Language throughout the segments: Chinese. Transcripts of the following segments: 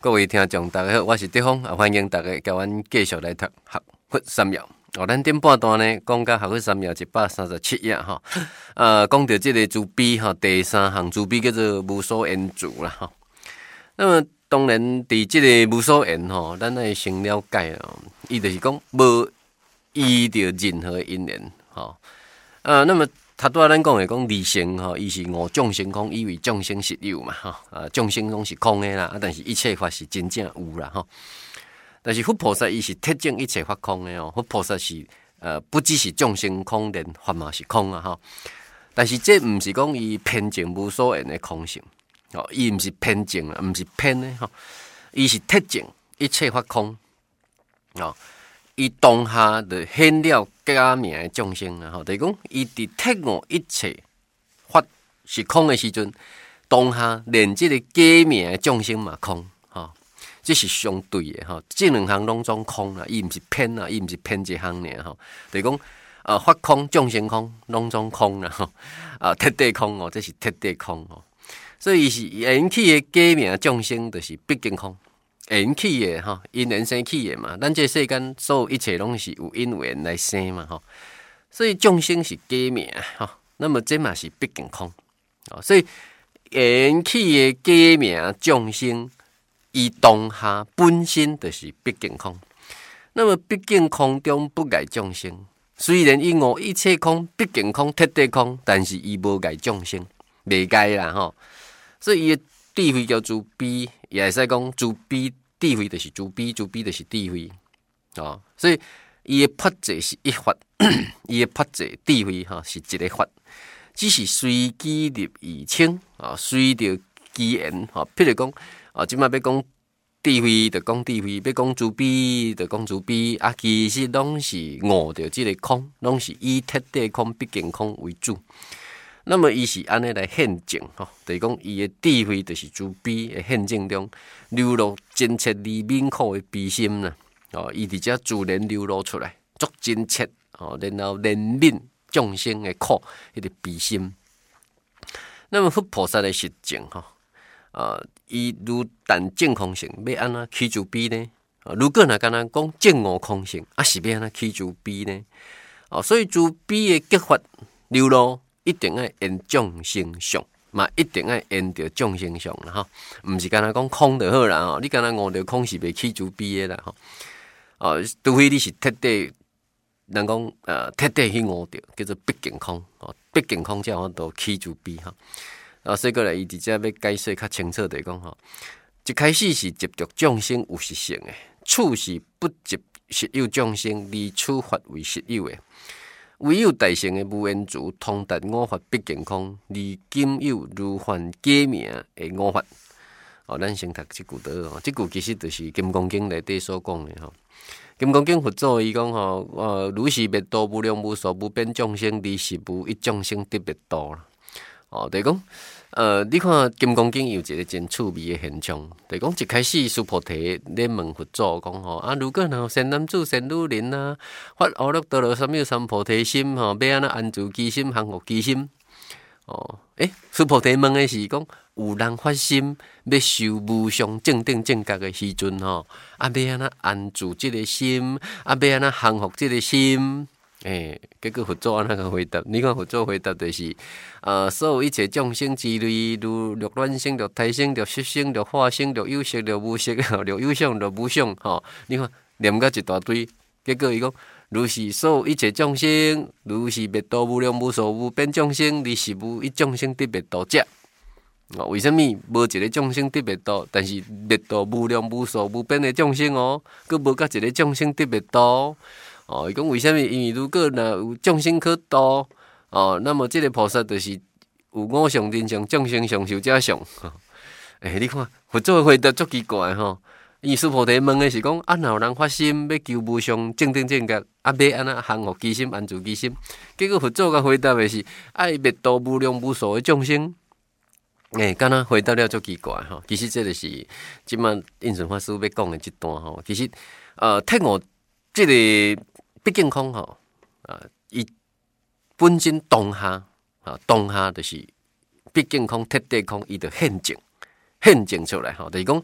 各位听众，大家好，我是德峰，欢迎大家甲阮继续来读学佛三要。咱顶半段呢，讲到学佛三要137页哈，讲到这个慈悲哈，第三项慈悲叫做无所缘慈啦哈。那么当然，伫这个无所缘吼，咱要先了解哦，伊就是讲无依着任何因缘吼。那么他拄仔咱讲的讲理性吼，伊是无众生空，以为众生实有嘛吼，众生拢是空的啦，但是一切法是真正有啦吼。但是佛菩萨伊是铁证一切法空的哦，佛菩萨是不只是众生空，连法嘛是空啊吼。但是这毋是讲伊偏证无所缘的空性，哦，伊毋是偏证啊，毋是偏的吼，伊是铁证一切法空，哦。伊当下就显了假名的众生啊！吼，就是讲伊伫剔悟一切法是空的时阵，当下连这个假名的众生嘛空，吼，这是相对的吼。这两项拢总空啦，伊毋是偏啊，伊毋是偏一项尔吼。就是讲法空、众生空，拢总空啦吼。彻底空哦，这是彻底空哦。所以是引起的假名众生，就是毕竟空。缘起的吼，因缘生起的嘛，咱这世间所有一切拢是有因缘来生嘛吼，所以众生是假名吼，那么这嘛是毕竟空，所以缘起的假名众生，伊当下本身就是毕竟空，那么毕竟空中不改众生，虽然因我一切空，毕竟空，彻底空，但是伊无改众生，袂改啦吼，所以伊智慧叫慈悲，也会使讲慈悲智慧就是慈悲，慈悲就是智慧，哦，所以伊的法则是一法，伊的法则智慧哈是一个法，只是随机入而清啊，随着机缘哈，譬如讲即摆要讲智慧就讲智慧，要讲慈悲就讲慈悲，其实拢是悟着即个空，拢是以彻底空、毕竟空为主。那么伊是安尼来现证吼，就是讲伊的智慧就是慈悲的现证中流露真切而敏苦的悲心啦。哦，伊伫遮自然流露出来，足真切哦，然后怜悯众生的苦，迄个悲心。那么佛菩萨的实证吼，伊如但证空性，要安怎起慈悲呢？如果若敢若讲证悟空性，是要安怎起慈悲呢？所以慈悲的结法流露。一定要缘众生相，嘛一定要缘着众生相啦吼，毋是干那讲空就好啦吼，你干那悟着空是袂起慈悲的啦吼，除非你是彻底，人讲彻底去悟着，叫做毕竟空，毕竟空才有法度起慈悲吼。所以过来伊直接要解释较清楚地讲吼，一开始是执着众生有实性的，处是不执实有众生，离处法为实有的。唯有大乘的无缘慈，通达五法毕竟空，而今有如幻假名的五法。咱先读这句道这句其实就是《金刚经》内底所讲的吼。《金刚经》佛祖伊讲吼，如是灭度无量无数无边众生，离是无一众生得灭度啦。就是讲，你看《金刚经》有一个真趣味的现象，就是讲一开始须菩提咧问佛祖讲吼，如果若善男子、善女人啊，发阿耨多罗三藐三菩提心吼，要安怎安住其心、降伏其心？须菩提问的是讲，有人发心要修无上正等正觉的时阵吼，要安怎安住这个心？要安怎降伏这个心？结果佛祖安那个回答，你看佛祖回答就是，所有一切众生之类，如六卵生、六胎生、六湿生、六化生、六有色、六无色、六有相、六无相，你看念到一大堆，结果伊讲，如是所有一切众生，如是灭度无量无数无边众生，离是无一众生得灭度者。为什么无一个众生得灭度，但是灭度无量无数无边的众生哦，佮无甲一个众生得灭度？伊讲为什么？因为如果若有众生可度，那么这个菩萨就是有五相、人相、众生相、寿者相。你看佛祖回答足奇怪吼。伊须菩提问的是讲，若有人发心要求无上正等正觉，要安怎降伏其心、安住其心？结果佛祖甲回答的是，爱灭度无量无数的众生。敢若回答了足奇怪吼。其实这就是即摆印顺法师要讲的这段吼。其实剔悟这个。毕竟空吼，伊本身当下就是毕竟空、彻底空，伊就现证出来吼，就是讲，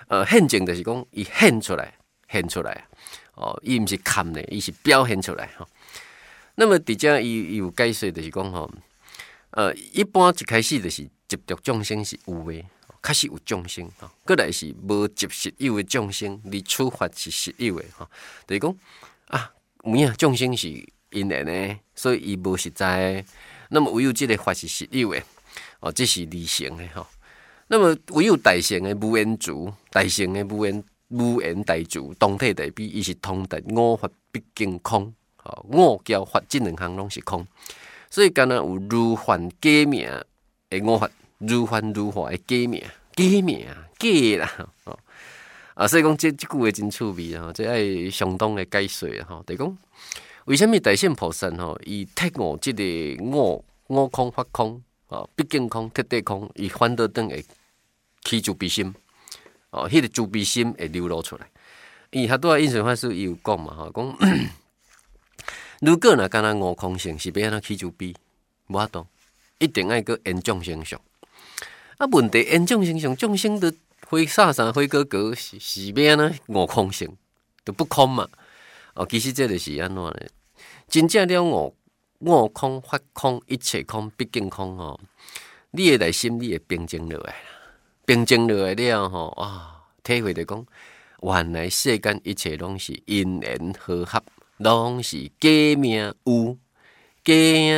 现证就是讲伊现出来，伊毋是看的，伊是表现出来吼。那么伫遮伊有解释，就是讲吼，一般一开始就是执着众生是有诶，确实有众生吼，过来是无执实有诶众生，你处罚是实有诶吼，就是讲啊，有影众生是因缘诶，所以伊无实在诶。那么唯有即个法是实有诶，这是理性诶吼。那么唯有大乘诶无缘主，大乘诶无缘大主，同体大悲，伊是通达五法毕竟空。五教法这两项拢是空，所以敢若有如幻假名的五法，如幻如化的假名假啦所以讲这句话真趣味啊，这爱相当的解说啊，就是讲为什么大圣菩萨伊剔悟这个五空法空毕竟空、彻底空，伊反倒等会起慈悲心迄个慈悲心会流露出来。伊遐多印顺法师伊有讲嘛讲。如果若敢若悟空性是要安怎起慈悲，无法度，一定爱个缘众生相。问题缘众生相，众生都灰沙沙灰哥哥是要安怎悟空性，都不空嘛。其实这就是安怎呢？真正了悟空、法空、一切空、毕竟空你的内心你会平静落来，平静落来了体会着讲，原来世间一切拢是因缘和合。拢是假名有，假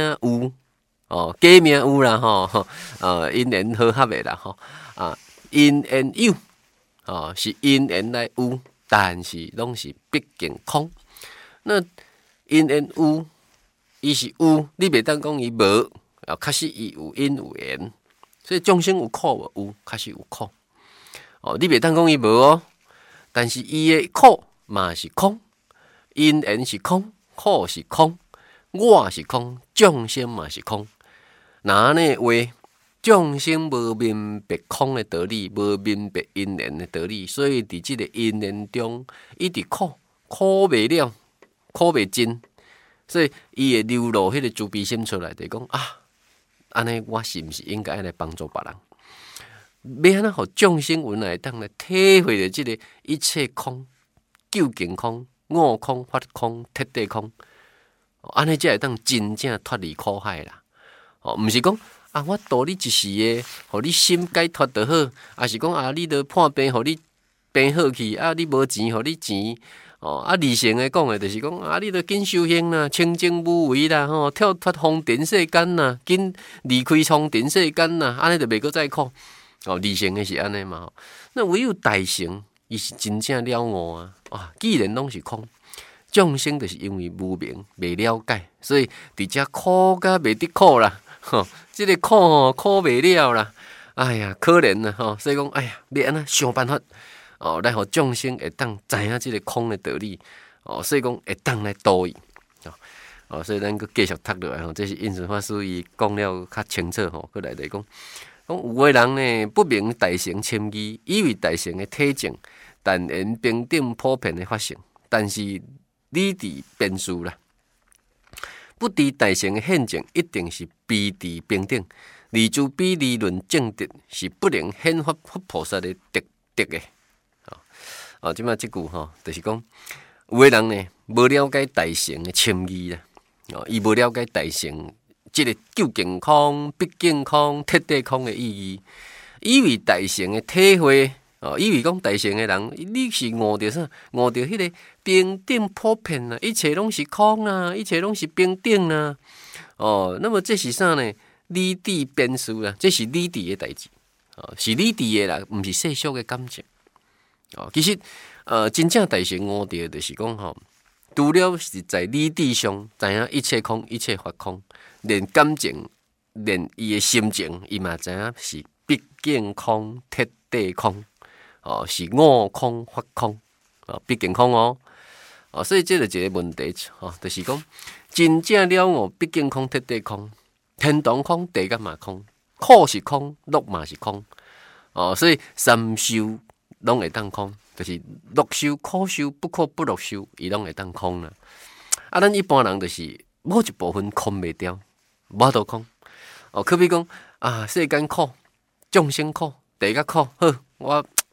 名有啦因缘和合的啦因缘有是因缘来有，但是拢是毕竟空。那因缘有，伊是有，你袂当讲伊无，确实伊有因有缘，所以众生有苦无？有，确实有苦你袂当讲伊无但是伊的苦嘛是空。因缘是空，苦是空，我是空，众生嘛是空。那呢话，众生无明白空的道理，无明白因缘的道理，所以伫即个因缘中，一直苦袂了，苦袂尽，所以伊会流露迄个慈悲心出来，就讲安尼我是毋是应该来帮助别人？要安怎互众生原来当来体会着即个一切空，究竟空。悟空、法空、彻底空，安尼才会当真正脱离苦海啦。毋是讲我度你一时诶，互你心解脱就好，还是讲你著破病，互你病好去你无钱，互你钱理性诶讲诶，就是讲你著紧修行啦，清净无为啦，跳脱风尘世间啦，紧离开风尘世间啦，安尼著袂阁再苦。理性诶是安尼嘛？那唯有大乘。伊是真正了悟既然拢是空，众生就是因为无明未了解，所以伫遮苦甲袂得苦啦，即个苦袂了啦，哎呀可怜啦所以讲要安怎想办法来互众生会当知影即个空的道理所以讲会当来度伊所以咱佫继续读落来这是印顺法师伊讲了较清楚佫来来讲有个人呢不明大乘深义，以为大乘的体证。但言平等普遍的发生，但是理智变数啦，不知大乘的现证一定是彼智平等，理诸比理论正德是不能显发佛菩萨的德的。即摆即句就是讲有个人呢无了解大乘的深义啦，伊无了解大乘即个究竟空、毕竟空、彻底空的意义，以为大乘的体会。以为讲大乘的人，你是悟着啥？悟着迄个平等普遍啦，一切拢是空啦，一切拢是平等啦。那么这是啥呢？理智变数啦，这是理智的代志，是理智的啦，毋是世俗的感情。其实真正大乘悟着就是讲除了是在理智上知影一切空，一切法空，连感情，连伊的心情，伊嘛知影是毕竟空、彻底空。是悟空、法空毕竟空所以这就一个问题就是讲真正了悟毕竟空、彻底空，天堂空、地狱嘛空，苦是空，乐嘛是空所以三修拢会当空，就是乐修、苦修、不苦不乐修，伊拢会当空啦。咱一般人就是某一部分空袂掉，无法度空可比讲世间苦、众生苦、地狱苦，好我。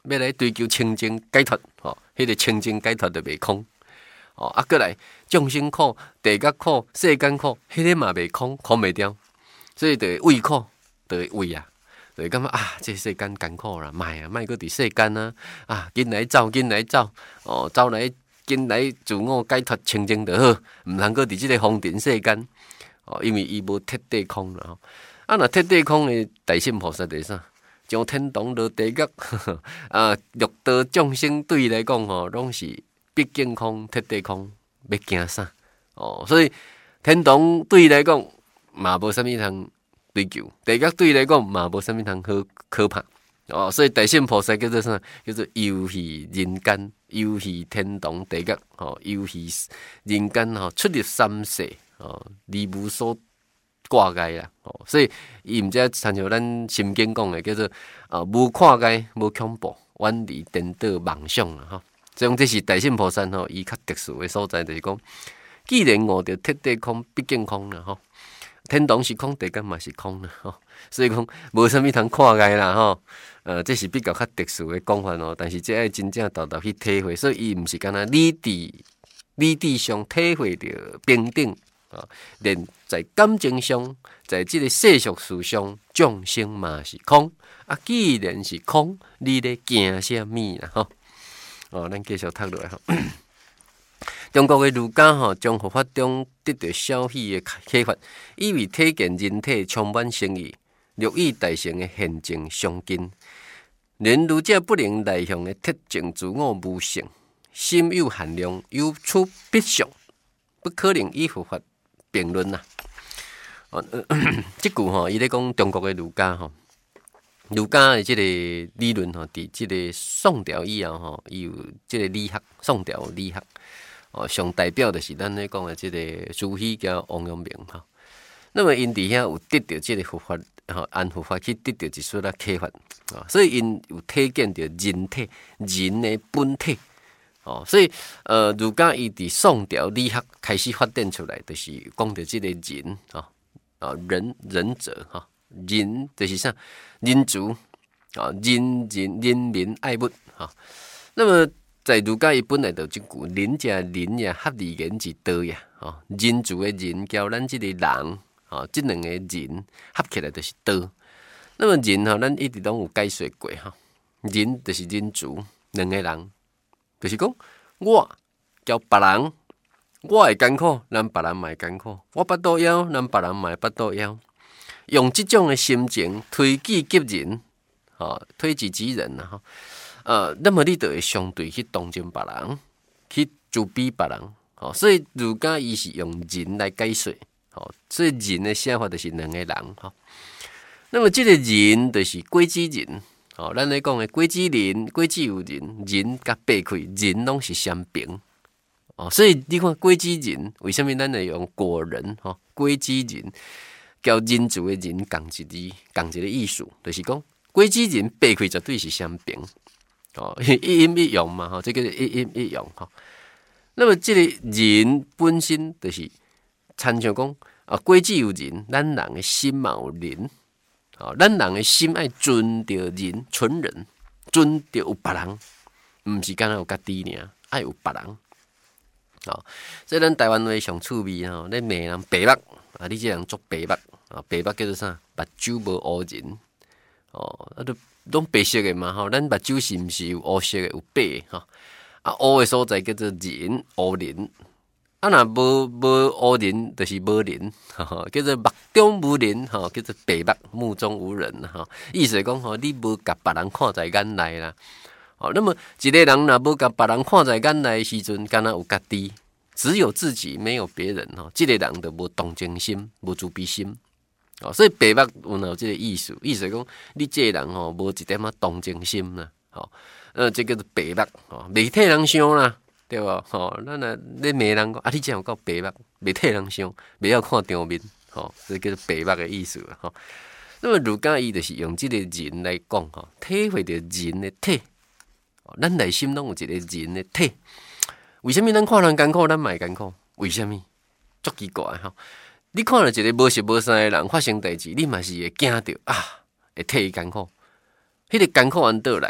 要来追求清净解脱，迄个清净解脱就袂空。过来众生苦、地狱苦、世间苦，迄个嘛袂空，空袂掉，所以就会畏苦，就会畏啊，就会感觉啊，这世间艰苦啦，莫搁伫世间啊，紧来走，紧来走，走来紧来自我解脱清净就好，毋通搁伫即个风尘世间，因为伊无彻底空啦。若彻底空的大乘菩萨是啥？将天堂落地狱六道众生对伊来讲拢是毕竟空、彻底空，要惊啥？所以天堂对伊来讲嘛无啥物通追求，地狱对伊来讲嘛无啥物通好可怕。所以大乘菩萨叫做啥？叫做游戏人间，游戏天堂地狱，游戏人间出入三世，离无所挂碍啦。所以伊毋知参像咱心经讲的，叫做无挂碍、无恐怖，远离颠倒妄想啦。所以这是大乘菩萨伊较特殊的所在，就是讲，既然悟着彻底空、毕竟空啦，天堂是空，地狱嘛是空啦，所以讲无啥物通看碍啦，这是比较特殊的讲法但是这爱真正豆豆去体会，所以伊毋是干那理智上体会着平等连在感情上，在这个世俗事上，众生嘛是空既然是空，你咧惊啥物啦？咱继续读落来中国的儒家从佛法中得到少许的启发，以为体见人体充满生意，略与大乘的现象相近。然儒者不能内向的特证自我无性，心有限量，有处必相，不可能与佛法并论啦。这句伊咧讲中国的儒家儒家的这个理论伫这个宋朝以后伊有这个理学，宋朝理学上代表的是咱咧讲的这个朱熹加王阳明那么因伫遐有得到这个佛法按佛法去得到一丝启发所以因有体见到人体人的本体所以儒家伊伫宋朝理学开始发展出来，就是讲到这个人仁者人就是啥？人族人民爱物那么在儒家伊本来就即句人者人也，合二言之道呀人族的人交咱即个人即两个人合起来就是道。那么人咱一直拢有解说过人就是人族两个人，就是讲我交别人，我会艰苦，咱别人嘛会艰苦；我巴肚枵，咱别人嘛会巴肚枵。用这种的心情推己及人，推己及人那么你就会相对去同情别人，去自卑别人。所以儒家伊是用人来解说，所以人的写法就是两个人。那么这个人就是果子人，咱咧讲的果子人、果子有人，人甲掰开，人拢是相平。所以你看果子人，为什么咱会用果人？果子人。交人族的人共一个意思，就是讲果子人掰开绝对是相平，一阴一阳嘛，这个一阴一阳那么这个人本身就是参像讲果子有人，咱人的心嘛有人，咱人的心爱尊着人，纯人，尊着有别人，毋是干那有家己尔，爱有别人。所以咱台湾话上趣味咧骂人白目你这人做白目白目叫做啥？目睭无乌人都拢白色的嘛咱目睭是毋是有乌色的有白乌的所在叫做人乌人若无乌人就是无人叫做目中无人叫做白目目中无人意思是讲你无甲别人看在眼内啦。那么一个人若无甲别人看在眼内的时阵，敢若有家己，只有自己没有别人这个人就无同情心，无自卑心所以白目有这个意思是讲你这个人无一点同情心啦这叫做白目袂替人想啦，对吧咱若咧骂人讲你这有够白目，袂替人想，袂晓看场面这叫做白目的意思那么儒家伊就是用这个人来讲体会到人的体。咱内心拢有一个人的体，为什么咱看人艰苦，咱嘛会艰苦？为什么？足奇怪你看到一个无识无识的人发生代志，你嘛是会惊到会替伊艰苦。迄个艰苦安倒来？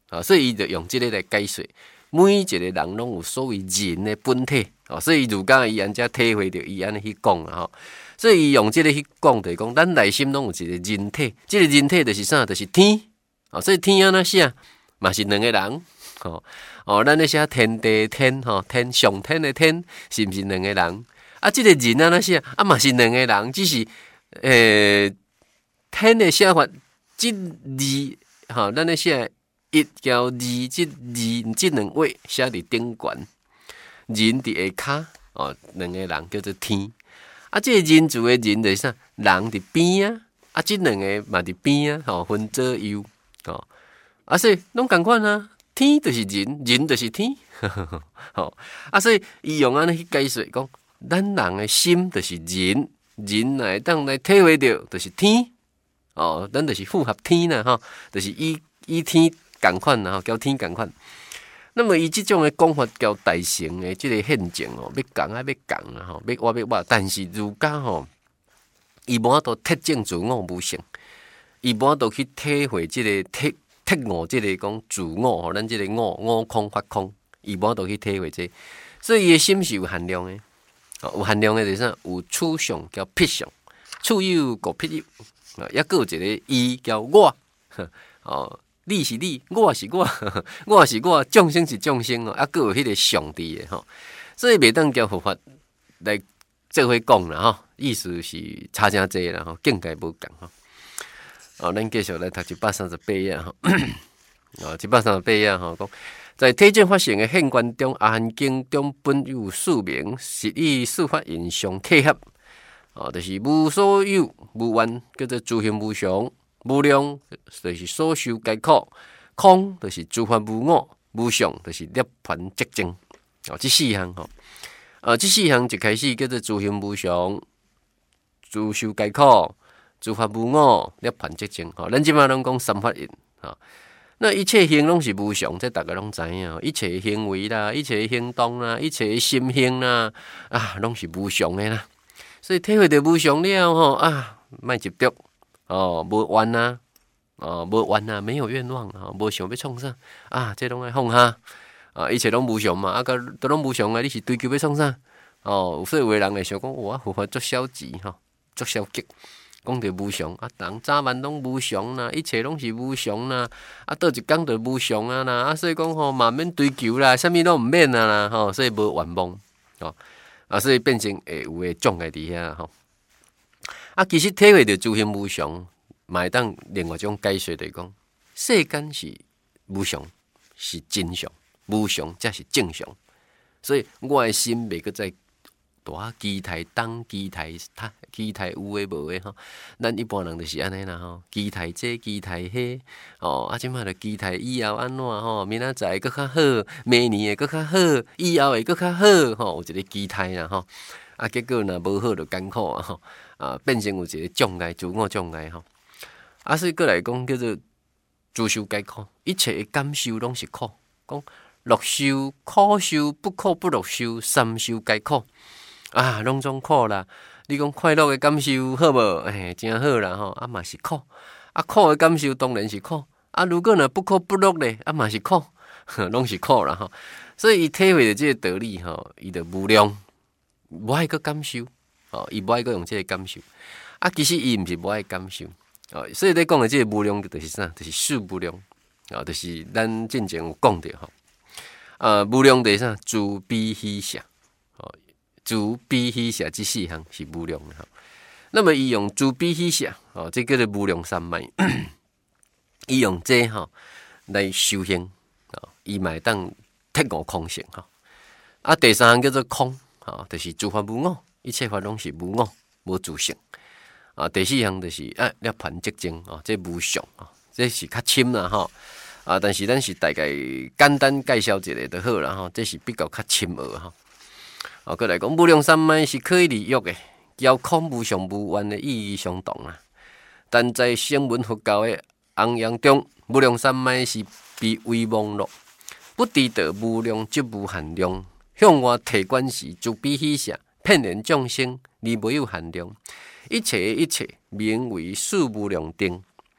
所以伊就用即个来解说，每一个人拢有所谓人的本体，所以儒家伊安遮体会着伊安尼去讲啦，所以伊用即个去讲，就是讲咱内心拢有一个人体，即个人体就是啥？就是天，所以天安怎写嘛是两个人，咱咧写天地天，天上天的天是毋是两个人？即个人安怎写嘛是两个人，只是天的写法，即字咱咧写一交二，即两位写伫顶悬，人伫下骹，两个人叫做天。即个人字的人就是啥？人伫边即两个嘛伫边分左右，所以拢共款啊。天就是人，人就是天，所以伊用安尼去解说，讲咱人的心就是人，人来当来体会到就是天，咱就是符合天啦，就是以天共款啦，交天共款。那么伊即种的讲法交大乘的即个现象要讲要讲啦，要挖，但是儒家伊无法度铁证自我无性，伊无法度去体会即个剔我即个讲自我，咱即个我空法空，伊无法度去体会这，所以伊的心是有限量的，有限量的就是啥？有处相叫痞相，处有个痞有，抑个有一个伊叫我，你是你，我是我，我是我，众生是众生个有迄个上帝的所以袂当交佛法来做伙讲啦意思是差真济啦境界无共咱继续来读138页138页讲，在体证法性的现观中，阿含经中本有四名，实以四法印象契合，就是无所有、无愿，叫做自性无常；无量就是所受皆苦；空就是诸法无我；无相就是涅槃寂静。这四项这四项一开始叫做自性无常、自受皆苦、诸法无我、涅槃寂静。咱即马拢讲三法印。那一切行拢是无常，这大家拢知影。一切行为啦，一切行动啦，一切心行啦，拢是无常的啦。所以体会到无常了莫执着无怨啊，无怨啊，没有愿望无想要创啥这拢爱放下一切拢无常嘛，都拢无常你是追求要创啥所以有的人会想讲，我佛法足消极足消极。讲着无常人早晚拢无常啦，一切拢是无常啦，倒一工就无常啦，所以讲嘛免追求啦，啥物拢毋免啦所以无愿望所以变成会有诶障碍伫遐其实体会着自性无常，嘛会当另外一种解说就是讲，世间是无常，是真常，无常才是正常，所以我诶心袂阁再大期待东期待有诶无诶咱一般人就是安尼啦期待这期待迄即摆就期待以后安怎明仔载会搁较好，明年会搁较好，以后会搁较好有一个期待啦结果若无好就艰苦变成有一个障碍，自我障碍所以过来讲叫做自受皆苦，一切的感受拢是苦，讲乐受、苦受、不苦不乐受，三受皆苦。拢总苦啦！你讲快乐的感受好无？真好啦嘛是苦。苦的感受当然是苦。如果若不苦不乐咧，嘛是苦，拢是苦啦所以伊体会着这个道理伊就无量，无爱个感受伊无爱个用这个感受。其实伊毋是无爱感受所以咧讲的这个无量就是啥？就是事无量就是咱之前有讲着无量就是啥？自悲喜舍。自悲喜舍这四项是无量的那么伊用自悲喜舍这叫做无量三昧伊用这来修行伊嘛会当剔悟空性第三项叫做空就是诸法无我，一切法拢是无我无自性第四项就是涅槃寂静这无常这是较深啦但是咱是大概简单介绍一下就好啦这是比较较深奥过来讲，无量三昧是可以利用的，交空无常无愿的意义相同但在声闻佛教的弘扬中，无量三昧是被遗忘了，不知道无量即无限量，向外提观时，自悲喜舍，骗人众生，而没有限量。一切的一切，名为数无量定。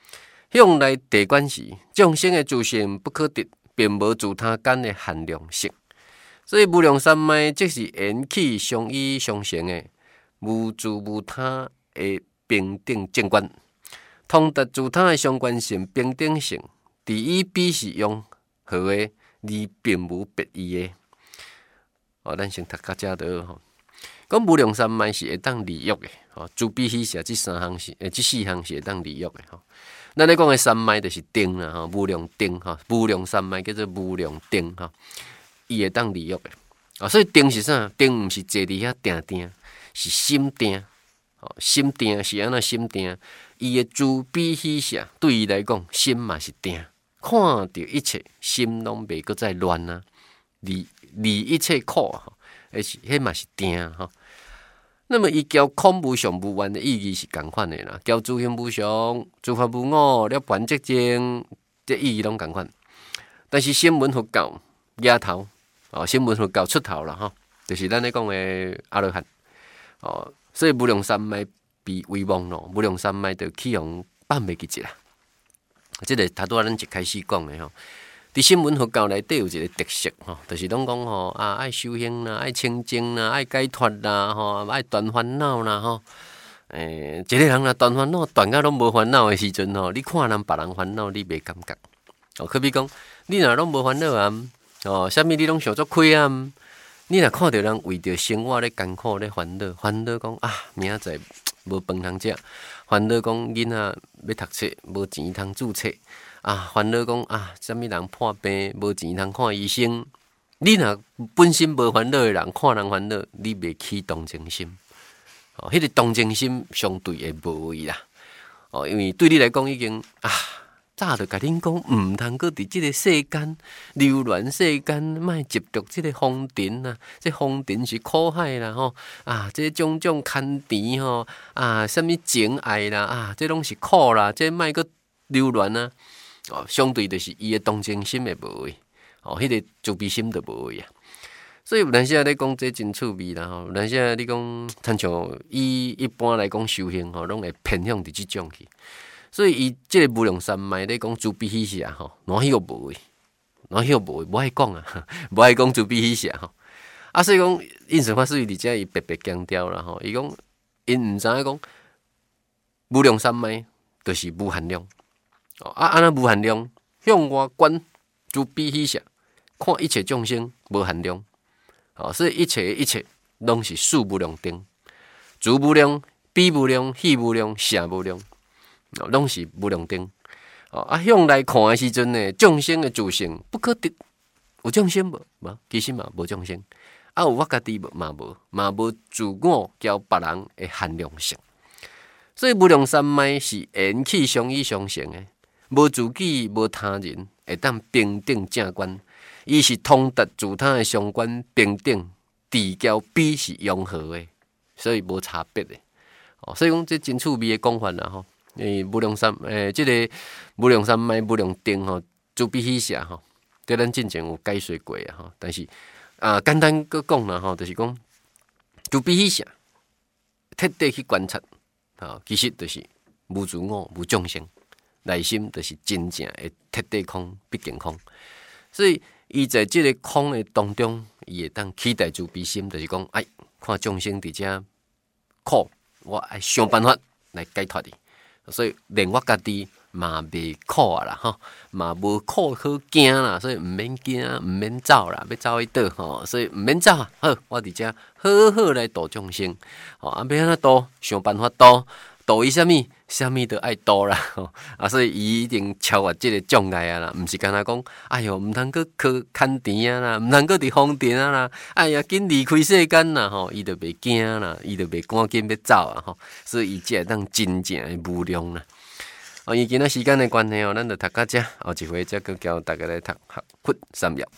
向来地管时，众生的自性不可得，并无自他间的限量性。所以无量三昧即是缘起相依相成的无自无他的平等正观，通达自他的相关性、平等性，伫伊彼是用何的，而并无别意的。咱先读到遮倒吼。讲无量三昧是会当利欲的，慈悲喜舍即四项是会当利欲的吼。咱咧讲的三昧就是定啦，吼，无量定吼，无量三昧叫做无量定吼，伊会当利欲的。所以定是啥？定毋是坐伫遐定定，是心定。心定是安怎心定？伊的慈悲喜舍对伊来讲，心嘛是定，看到一切心拢袂搁再乱啊，离一切苦啊，迄嘛是定吼。那么伊交空无常无愿的意义是共款的啦，交自性无常、诸法无我、了凡即净，这意义拢共款。但是声闻佛教野头，声闻佛教出头啦吼，就是咱咧讲的阿罗汉。所以无量三昧被遗忘咯，无量三昧就去用放袂记一啦。这个头拄仔咱一开始讲的吼。伫声闻佛教内底有一个特色吼，就是拢讲吼爱修行啦，爱清净啦，爱解脱啦，吼爱断烦恼啦，吼。一个人若断烦恼，断到拢无烦恼的时阵吼，你看人别人烦恼，你袂感觉。可比讲，你若拢无烦恼啊，啥物你拢想做开啊，你若看到人为着生活咧艰苦咧烦恼，烦恼讲明仔载无饭通食，烦恼讲囡仔要读册无钱通注册。烦恼讲啥物人破病无钱通看医生，你若本身无烦恼的人，看人烦恼，你袂起同情心。迄个同情心相对会无伊啦。因为对你来讲已经早就甲恁讲，毋通搁伫即个世间流乱世间，莫执着即个红尘啊！这红尘是苦海啦吼，这种种牵甜吼，啥物情爱啦，这拢是苦啦，这莫搁流乱啊！相对就是伊的同情心会无去，迄个慈悲心就无去啊。所以有阵时咧讲这真趣味啦，有阵时你讲，亲像伊一般来讲修行拢会偏向伫即种去。所以伊即个无量三昧咧讲慈悲喜舍哪有无去，哪有无去，无爱讲啊，无爱讲慈悲喜舍吼。所以讲印顺法师伫遮伊特别强调啦伊讲因毋知影讲无量三昧就是无限量。安那无限量，向外观慈悲喜舍，看一切众生无限量。所以一切拢是数无量定，慈无量、悲无量、喜无量、舍无量，拢是无量定。向来看的时阵呢，众生的自性不可得，有众生无？其实嘛无众生，有我家己嘛无自我交别人的限量性。所以无量三昧是缘起相依相成的。无自己，无他人，会当平等正观，伊是通达自他的相关平等，地交比是融合的，所以无差别的。所以讲这真趣味的讲法啦吼。无量三这个无量三昧、无量定吼，慈悲喜舍吼，对咱之前有解说过啊吼。但是简单个讲啦吼，就是讲慈悲喜舍，彻底去观察，其实就是无自我、无众生。内心就是真正的彻底空，毕竟空。所以伊在即个空的当中，伊会当期待慈悲心，就是讲，看众生伫遮苦，我爱想办法来解脱你。所以连我家己嘛袂苦啦吼，嘛无苦好惊啦，所以毋免惊，毋免走啦，要走去倒吼，所以毋免走啊。好，我伫遮好好来度众生，要安怎度？想办法度伊啥物？啥物都爱度啦，所以伊一定超越即个障碍啊啦，毋是干那讲，哎哟，毋通搁去牵甜啊啦，毋通搁伫风尘啊啦，哎呀，紧离开世间啦吼，伊就袂惊啦，伊就袂赶紧要走啊吼，所以伊才会当真正的无量啦。因今仔时间的关系咱就读到遮，后一回再去教大家来读学佛三要。